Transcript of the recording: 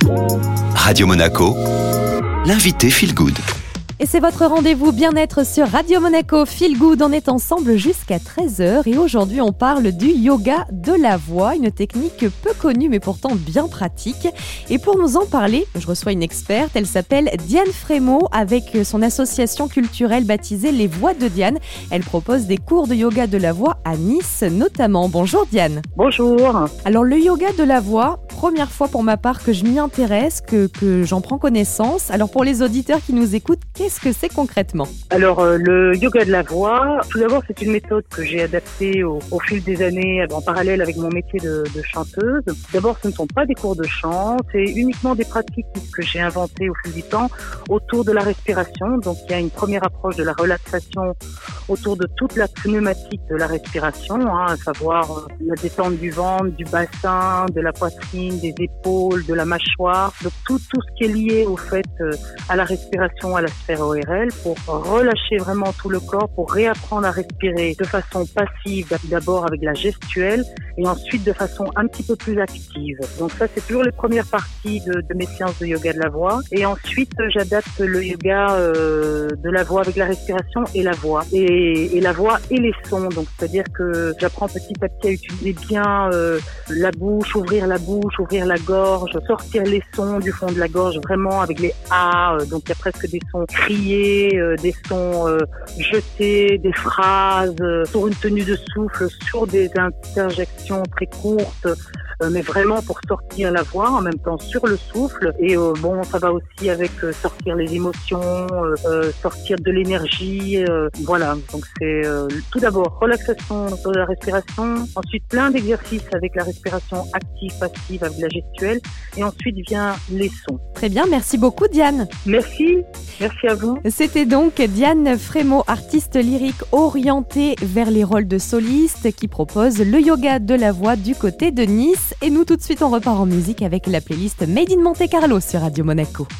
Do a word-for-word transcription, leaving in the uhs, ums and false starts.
Radio Monaco, l'invité Feel Good. Et c'est votre rendez-vous bien-être sur Radio Monaco Feel Good. On est ensemble jusqu'à treize heures et aujourd'hui on parle du yoga de la voix, une technique peu connue mais pourtant bien pratique. Et pour nous en parler, je reçois une experte, elle s'appelle Diane Frémaux avec son association culturelle baptisée Les Voix de Diane. Elle propose des cours de yoga de la voix à Nice notamment. Bonjour Diane. Bonjour. Alors le yoga de la voix, première fois pour ma part que je m'y intéresse, que, que j'en prends connaissance. Alors pour les auditeurs qui nous écoutent, qu'est-ce que c'est concrètement ? Alors euh, le yoga de la voix, tout d'abord c'est une méthode que j'ai adaptée au, au fil des années en parallèle avec mon métier de, de chanteuse. D'abord ce ne sont pas des cours de chant, c'est uniquement des pratiques que j'ai inventées au fil du temps autour de la respiration. Donc il y a une première approche de la relaxation autour de toute la pneumatique de la respiration, hein, à savoir euh, la détente du ventre, du bassin, de la poitrine, des épaules, de la mâchoire. Donc tout, tout ce qui est lié au fait euh, à la respiration, à la sphère O R L, pour relâcher vraiment tout le corps, pour réapprendre à respirer de façon passive, d'abord avec la gestuelle, et ensuite de façon un petit peu plus active. Donc ça, c'est toujours les premières parties de, de mes séances de yoga de la voix. Et ensuite, j'adapte le yoga euh, de la voix avec la respiration et la voix. Et, et la voix et les sons. Donc c'est-à-dire que j'apprends petit à petit à utiliser bien euh, la bouche, ouvrir la bouche, ouvrir la gorge, sortir les sons du fond de la gorge, vraiment avec les A. Euh, donc il y a presque des sons criés, euh, des sons euh, jetés, des phrases, euh, sur une tenue de souffle, sur des interjections très courtes, euh, mais vraiment pour sortir la voix, en même temps sur le souffle. Et euh, bon, ça va aussi avec euh, sortir les émotions, euh, euh, sortir de l'énergie, euh, voilà. Donc c'est euh, tout d'abord relaxation de la respiration, ensuite plein d'exercices avec la respiration active, passive, avec la gestuelle, et ensuite vient les sons. Très bien, merci beaucoup Diane. Merci, merci à vous. C'était donc Diane Frémaux, artiste lyrique orientée vers les rôles de soliste, qui propose le yoga de la voix du côté de Nice. Et nous, tout de suite, on repart en musique avec la playlist Made in Monte Carlo sur Radio Monaco.